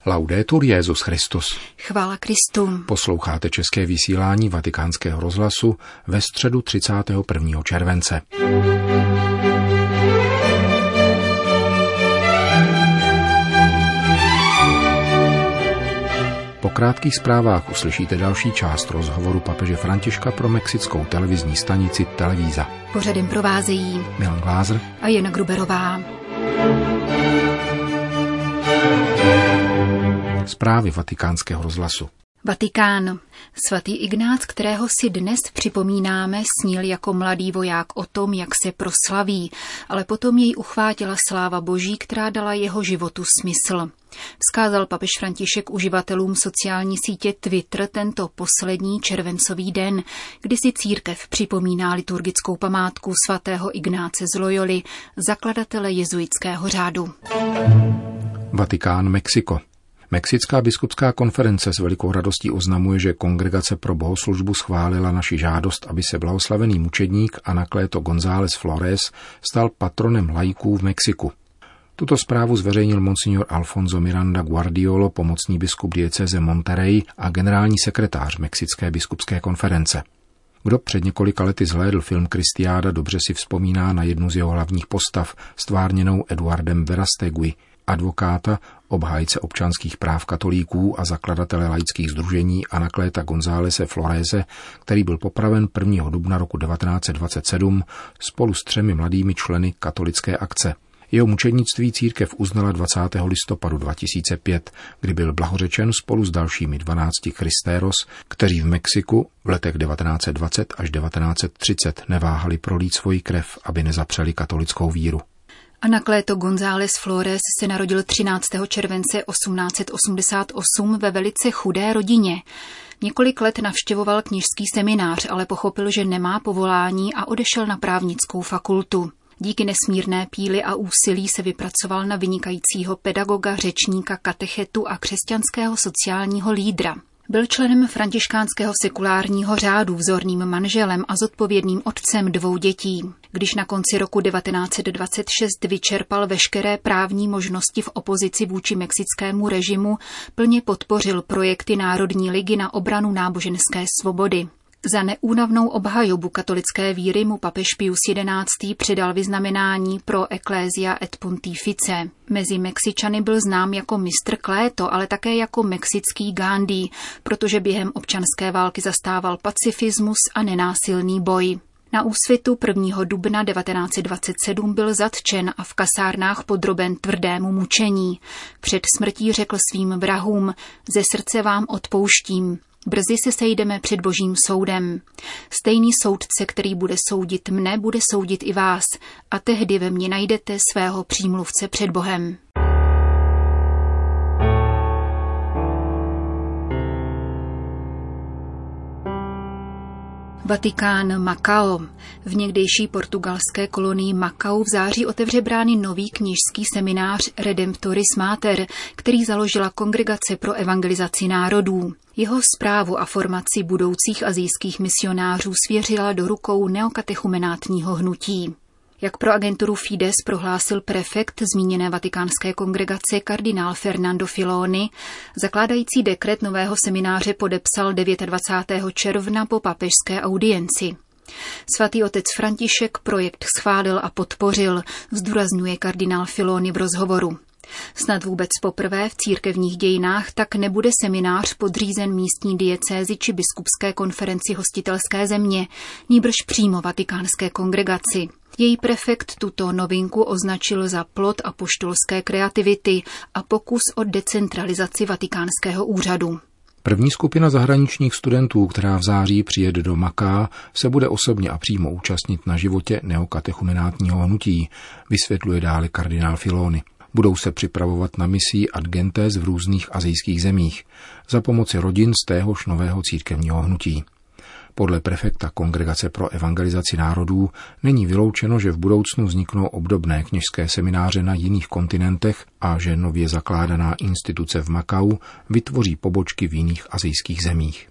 Laudetur Jesus Christus. Chvála Kristu. Posloucháte české vysílání Vatikánského rozhlasu ve středu 31. července. Po krátkých zprávách uslyšíte další část rozhovoru papeže Františka pro mexickou televizní stanici Televisa. Pořadem provázejí Milan Glázer a Jana Gruberová. Zprávy Vatikánského rozhlasu. Vatikán. Svatý Ignác, kterého si dnes připomínáme, snil jako mladý voják o tom, jak se proslaví, ale potom jej uchvátila sláva Boží, která dala jeho životu smysl. Vzkázal papež František uživatelům sociální sítě Twitter tento poslední červencový den, kdy si církev připomíná liturgickou památku svatého Ignáce z Loyoli, zakladatele jezuitského řádu. Vatikán, Mexiko. Mexická biskupská konference s velikou radostí oznamuje, že Kongregace pro bohoslužbu schválila naši žádost, aby se blahoslavený mučedník Anacleto González Flores stal patronem laiků v Mexiku. Tuto zprávu zveřejnil monsignor Alfonso Miranda Guardiolo, pomocný biskup diecéze Monterrey a generální sekretář Mexické biskupské konference. Kdo před několika lety zhlédl film Cristiada, dobře si vzpomíná na jednu z jeho hlavních postav, stvárněnou Eduardem Verastegui, advokáta, obhájce občanských práv katolíků a zakladatele laických sdružení Anacleta Gonzáleze Florese, který byl popraven 1. dubna roku 1927 spolu s 3 mladými členy katolické akce. Jeho mučednictví církev uznala 20. listopadu 2005, kdy byl blahořečen spolu s dalšími 12 Christéros, kteří v Mexiku v letech 1920 až 1930 neváhali prolít svoji krev, aby nezapřeli katolickou víru. Anacleto González Flores se narodil 13. července 1888 ve velice chudé rodině. Několik let navštěvoval kněžský seminář, ale pochopil, že nemá povolání a odešel na právnickou fakultu. Díky nesmírné píli a úsilí se vypracoval na vynikajícího pedagoga, řečníka, katechetu a křesťanského sociálního lídra. Byl členem františkánského sekulárního řádu, vzorným manželem a zodpovědným otcem 2 dětí. Když na konci roku 1926 vyčerpal veškeré právní možnosti v opozici vůči mexickému režimu, plně podpořil projekty Národní ligy na obranu náboženské svobody. Za neúnavnou obhajobu katolické víry mu papež Pius XI. Předal vyznamenání pro Ecclesia et Pontifice. Mezi Mexičany byl znám jako mistr Cléto, ale také jako mexický Gandhi, protože během občanské války zastával pacifismus a nenásilný boj. Na úsvitu 1. dubna 1927 byl zatčen a v kasárnách podroben tvrdému mučení. Před smrtí řekl svým vrahům: ze srdce vám odpouštím. Brzy se sejdeme před Božím soudem. Stejný soudce, který bude soudit mne, bude soudit i vás a tehdy ve mně najdete svého přímluvce před Bohem. Vatikán, Macao. V někdejší portugalské kolonii Macau v září otevře brány nový kněžský seminář Redemptoris Mater, který založila Kongregace pro evangelizaci národů. Jeho správu a formaci budoucích asijských misionářů svěřila do rukou neokatechumenátního hnutí. Jak pro agenturu Fides prohlásil prefekt zmíněné vatikánské kongregace kardinál Fernando Filoni, zakládající dekret nového semináře podepsal 29. června po papežské audienci. Svatý otec František projekt schválil a podpořil, zdůrazňuje kardinál Filoni v rozhovoru. Snad vůbec poprvé v církevních dějinách tak nebude seminář podřízen místní diecézi či biskupské konferenci hostitelské země, nýbrž přímo vatikánské kongregaci. Její prefekt tuto novinku označil za plod apoštolské kreativity a pokus o decentralizaci vatikánského úřadu. První skupina zahraničních studentů, která v září přijede do Macau, se bude osobně a přímo účastnit na životě neokatechumenátního hnutí, vysvětluje dále kardinál Filoni. Budou se připravovat na misi ad gentes v různých asijských zemích za pomoci rodin z téhož nového církevního hnutí. Podle prefekta Kongregace pro evangelizaci národů není vyloučeno, že v budoucnu vzniknou obdobné kněžské semináře na jiných kontinentech a že nově zakládaná instituce v Macau vytvoří pobočky v jiných asijských zemích.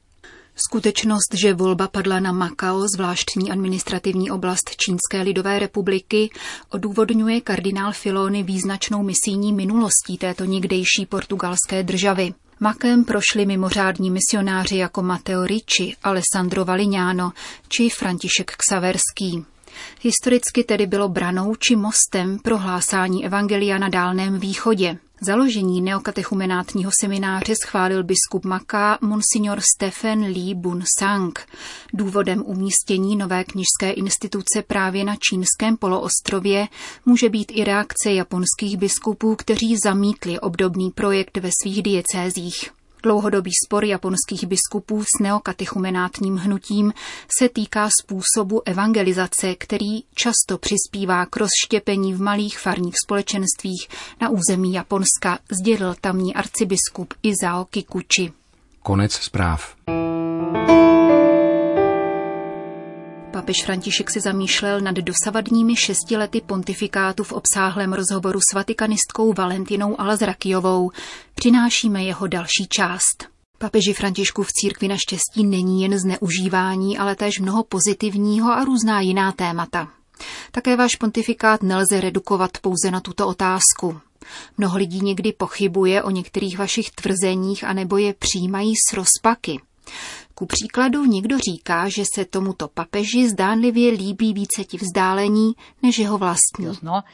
Skutečnost, že volba padla na Macao, zvláštní administrativní oblast Čínské lidové republiky, odůvodňuje kardinál Filoni význačnou misijní minulostí této někdejší portugalské državy. Makem prošli mimořádní misionáři jako Matteo Ricci, Alessandro Valignano či František Xaverský. Historicky tedy bylo branou či mostem pro hlásání evangelia na Dálném východě. Založení neokatechumenátního semináře schválil biskup Macá Monsignor Stephen Lee Bun Sang. Důvodem umístění nové kněžské instituce právě na čínském poloostrově může být i reakce japonských biskupů, kteří zamítli obdobný projekt ve svých diecézích. Dlouhodobý spor japonských biskupů s neokatechumenátním hnutím se týká způsobu evangelizace, který často přispívá k rozštěpení v malých farních společenstvích na území Japonska, sdělil tamní arcibiskup Isao Kikuchi. Konec zpráv. Papež František se zamýšlel nad dosavadními 6 lety pontifikátu v obsáhlém rozhovoru s vatikanistkou Valentinou Alazrakijovou. Přinášíme jeho další část. Papeži Františku v církvi naštěstí není jen zneužívání, ale též mnoho pozitivního a různá jiná témata. Také váš pontifikát nelze redukovat pouze na tuto otázku. Mnoho lidí někdy pochybuje o některých vašich tvrzeních anebo je přijímají s rozpaky. Ku příkladu někdo říká, že se tomuto papeži zdánlivě líbí více ti vzdálení, než jeho vlastní.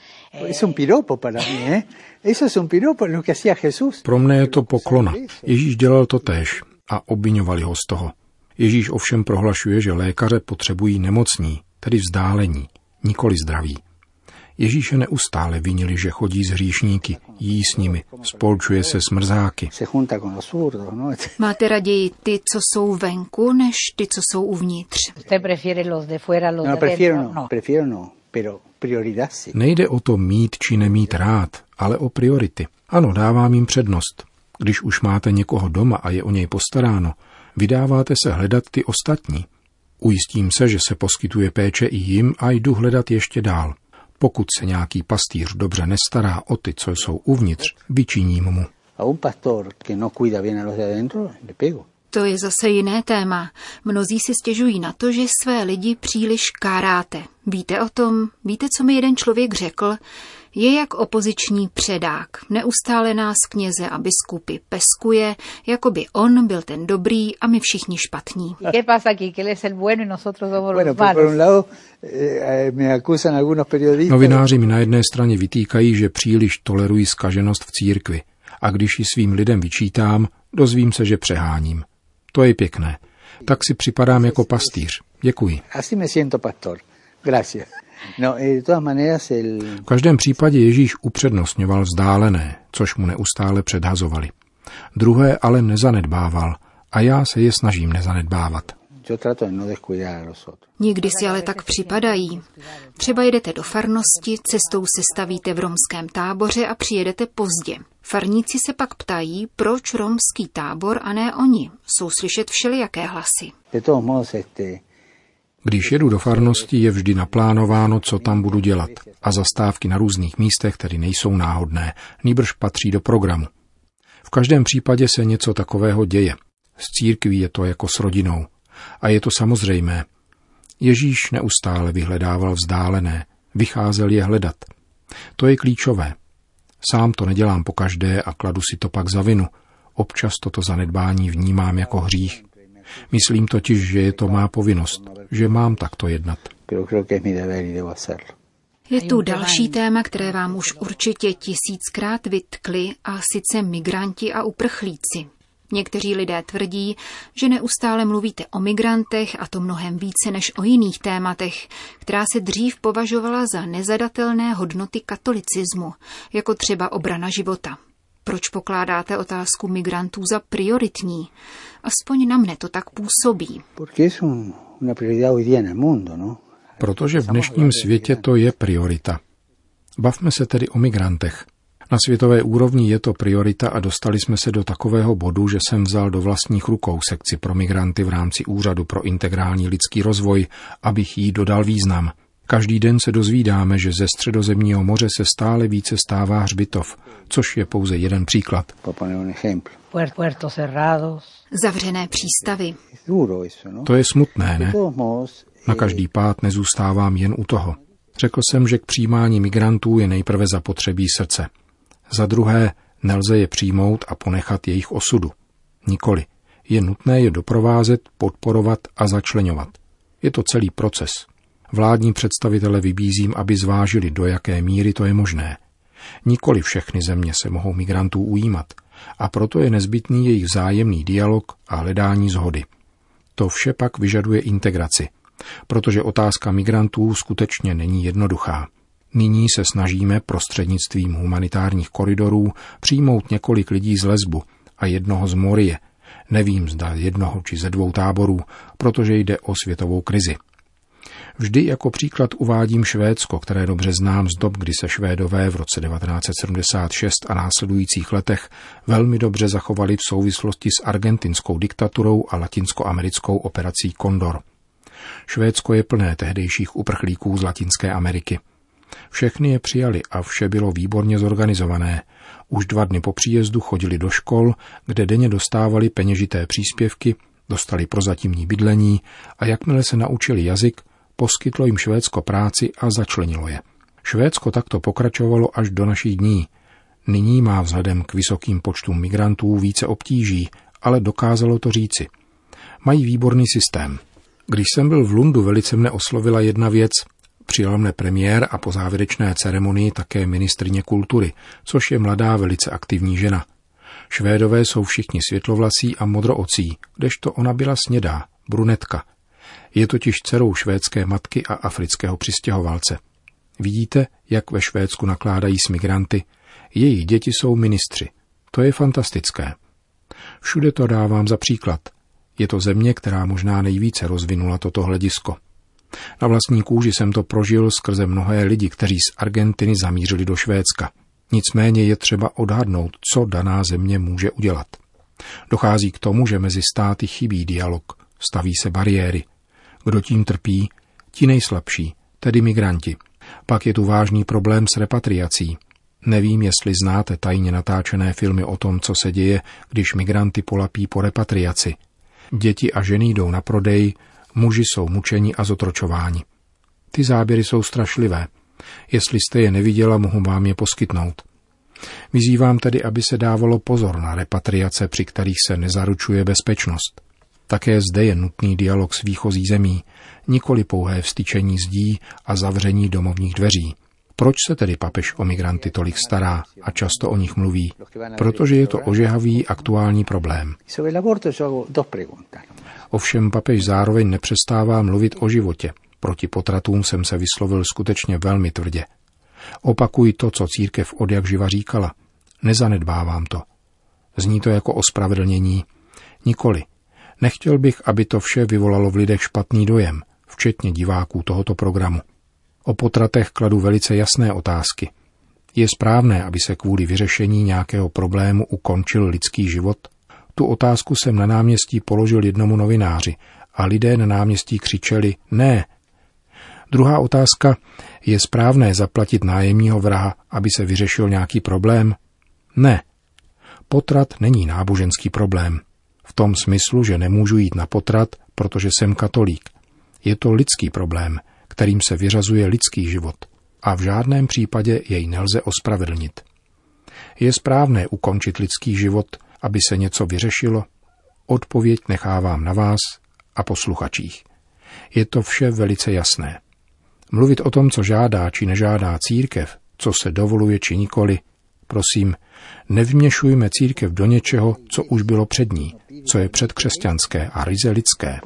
Pro mne je to poklona. Ježíš dělal to též a obviňovali ho z toho. Ježíš ovšem prohlašuje, že lékaře potřebují nemocní, tedy vzdálení, nikoli zdraví. Ježíše neustále vinili, že chodí s hříšníky, jí s nimi, spolčuje se s mrzáky. Máte raději ty, co jsou venku, než ty, co jsou uvnitř? Nejde o to mít či nemít rád, ale o priority. Ano, dávám jim přednost. Když už máte někoho doma a je o něj postaráno, vydáváte se hledat ty ostatní. Ujistím se, že se poskytuje péče i jim a jdu hledat ještě dál. Pokud se nějaký pastýř dobře nestará o ty, co jsou uvnitř, vyčiním mu. To je zase jiné téma. Mnozí si stěžují na to, že své lidi příliš káráte. Víte o tom? Víte, co mi jeden člověk řekl? Je jak opoziční předák. Neustále nás kněze a biskupy peskuje, jako by on byl ten dobrý a my všichni špatní. Novináři mi na jedné straně vytýkají, že příliš tolerují zkaženost v církvi. A když ji svým lidem vyčítám, dozvím se, že přeháním. To je pěkné. Tak si připadám jako pastýř. Děkuji. V každém případě Ježíš upřednostňoval vzdálené, což mu neustále předhazovali. Druhé ale nezanedbával a já se je snažím nezanedbávat. Někdy si ale tak připadají. Třeba jedete do farnosti, cestou se stavíte v romském táboře a přijedete pozdě. Farníci se pak ptají, proč romský tábor a ne oni. Jsou slyšet všelijaké hlasy. Když jedu do farnosti, je vždy naplánováno, co tam budu dělat. A zastávky na různých místech tedy nejsou náhodné, nýbrž patří do programu. V každém případě se něco takového děje. S církví je to jako s rodinou. A je to samozřejmé. Ježíš neustále vyhledával vzdálené, vycházel je hledat. To je klíčové. Sám to nedělám pokaždé a kladu si to pak za vinu. Občas toto zanedbání vnímám jako hřích. Myslím totiž, že je to má povinnost, že mám takto jednat. Je tu další téma, které vám už určitě 1000krát vytkli, a sice migranti a uprchlíci. Někteří lidé tvrdí, že neustále mluvíte o migrantech, a to mnohem více než o jiných tématech, která se dřív považovala za nezadatelné hodnoty katolicismu, jako třeba obrana života. Proč pokládáte otázku migrantů za prioritní? Aspoň na mne to tak působí. Protože v dnešním světě to je priorita. Bavme se tedy o migrantech. Na světové úrovni je to priorita a dostali jsme se do takového bodu, že jsem vzal do vlastních rukou sekci pro migranty v rámci Úřadu pro integrální lidský rozvoj, abych jí dodal význam. Každý den se dozvídáme, že ze Středozemního moře se stále více stává hřbitov, což je pouze jeden příklad. Zavřené přístavy. To je smutné, ne? Na každý pád nezůstávám jen u toho. Řekl jsem, že k přijímání migrantů je nejprve zapotřebí srdce. Za druhé, nelze je přijmout a ponechat jejich osudu. Nikoli. Je nutné je doprovázet, podporovat a začleňovat. Je to celý proces. Vládní představitele vybízím, aby zvážili, do jaké míry to je možné. Nikoli všechny země se mohou migrantů ujímat a proto je nezbytný jejich vzájemný dialog a hledání shody. To vše pak vyžaduje integraci, protože otázka migrantů skutečně není jednoduchá. Nyní se snažíme prostřednictvím humanitárních koridorů přijmout několik lidí z Lesbu a jednoho z Morie. Nevím, zda jednoho či ze 2 táborů, protože jde o světovou krizi. Vždy jako příklad uvádím Švédsko, které dobře znám z dob, kdy se Švédové v roce 1976 a následujících letech velmi dobře zachovali v souvislosti s argentinskou diktaturou a latinskoamerickou operací Condor. Švédsko je plné tehdejších uprchlíků z Latinské Ameriky. Všechny je přijali a vše bylo výborně zorganizované. Už 2 dny po příjezdu chodili do škol, kde denně dostávali peněžité příspěvky, dostali prozatímní bydlení a jakmile se naučili jazyk, poskytlo jim Švédsko práci a začlenilo je. Švédsko takto pokračovalo až do našich dní. Nyní má vzhledem k vysokým počtům migrantů více obtíží, ale dokázalo to říci. Mají výborný systém. Když jsem byl v Lundu, velice mne oslovila jedna věc. Přijal mne premiér a po závěrečné ceremonii také ministryně kultury, což je mladá, velice aktivní žena. Švédové jsou všichni světlovlasí a modroocí, kdežto ona byla snědá, brunetka. Je totiž dcerou švédské matky a afrického přistěhovalce. Vidíte, jak ve Švédsku nakládají s migranty? Jejich děti jsou ministři. To je fantastické. Všude to dávám za příklad. Je to země, která možná nejvíce rozvinula toto hledisko. Na vlastní kůži jsem to prožil skrze mnohé lidi, kteří z Argentiny zamířili do Švédska. Nicméně je třeba odhadnout, co daná země může udělat. Dochází k tomu, že mezi státy chybí dialog, staví se bariéry. Kdo tím trpí? Ti nejslabší, tedy migranti. Pak je tu vážný problém s repatriací. Nevím, jestli znáte tajně natáčené filmy o tom, co se děje, když migranty polapí po repatriaci. Děti a ženy jdou na prodej, muži jsou mučeni a zotročováni. Ty záběry jsou strašlivé. Jestli jste je neviděla, mohu vám je poskytnout. Vyzývám tedy, aby se dávalo pozor na repatriace, při kterých se nezaručuje bezpečnost. Také zde je nutný dialog s výchozí zemí, nikoli pouhé vstyčení zdí a zavření domovních dveří. Proč se tedy papež o migranty tolik stará a často o nich mluví? Protože je to ožehavý aktuální problém. Ovšem papež zároveň nepřestává mluvit o životě. Proti potratům jsem se vyslovil skutečně velmi tvrdě. Opakuji to, co církev odjakživa říkala. Nezanedbávám to. Zní to jako ospravedlnění. Nikoli. Nechtěl bych, aby to vše vyvolalo v lidech špatný dojem, včetně diváků tohoto programu. O potratech kladu velice jasné otázky. Je správné, aby se kvůli vyřešení nějakého problému ukončil lidský život? Tu otázku jsem na náměstí položil jednomu novináři a lidé na náměstí křičeli ne. Druhá otázka, je správné zaplatit nájemního vraha, aby se vyřešil nějaký problém? Ne. Potrat není náboženský problém. V tom smyslu, že nemůžu jít na potrat, protože jsem katolík. Je to lidský problém, kterým se vyřazuje lidský život a v žádném případě jej nelze ospravedlnit. Je správné ukončit lidský život, aby se něco vyřešilo? Odpověď nechávám na vás a posluchačích. Je to vše velice jasné. Mluvit o tom, co žádá či nežádá církev, co se dovoluje či nikoli, prosím, nevměšujme církev do něčeho, co už bylo před ní, co je předkřesťanské a ryze lidské.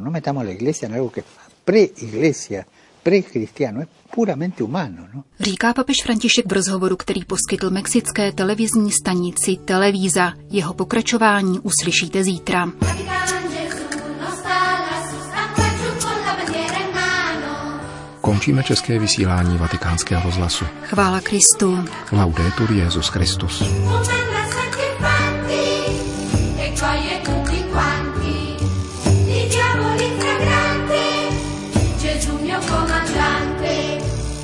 Říká papež František v rozhovoru, který poskytl mexické televizní stanici Televisa. Jeho pokračování uslyšíte zítra. Končíme české vysílání Vatikánského rozhlasu. Chvála Kristu. Laudetur Jesus Christus.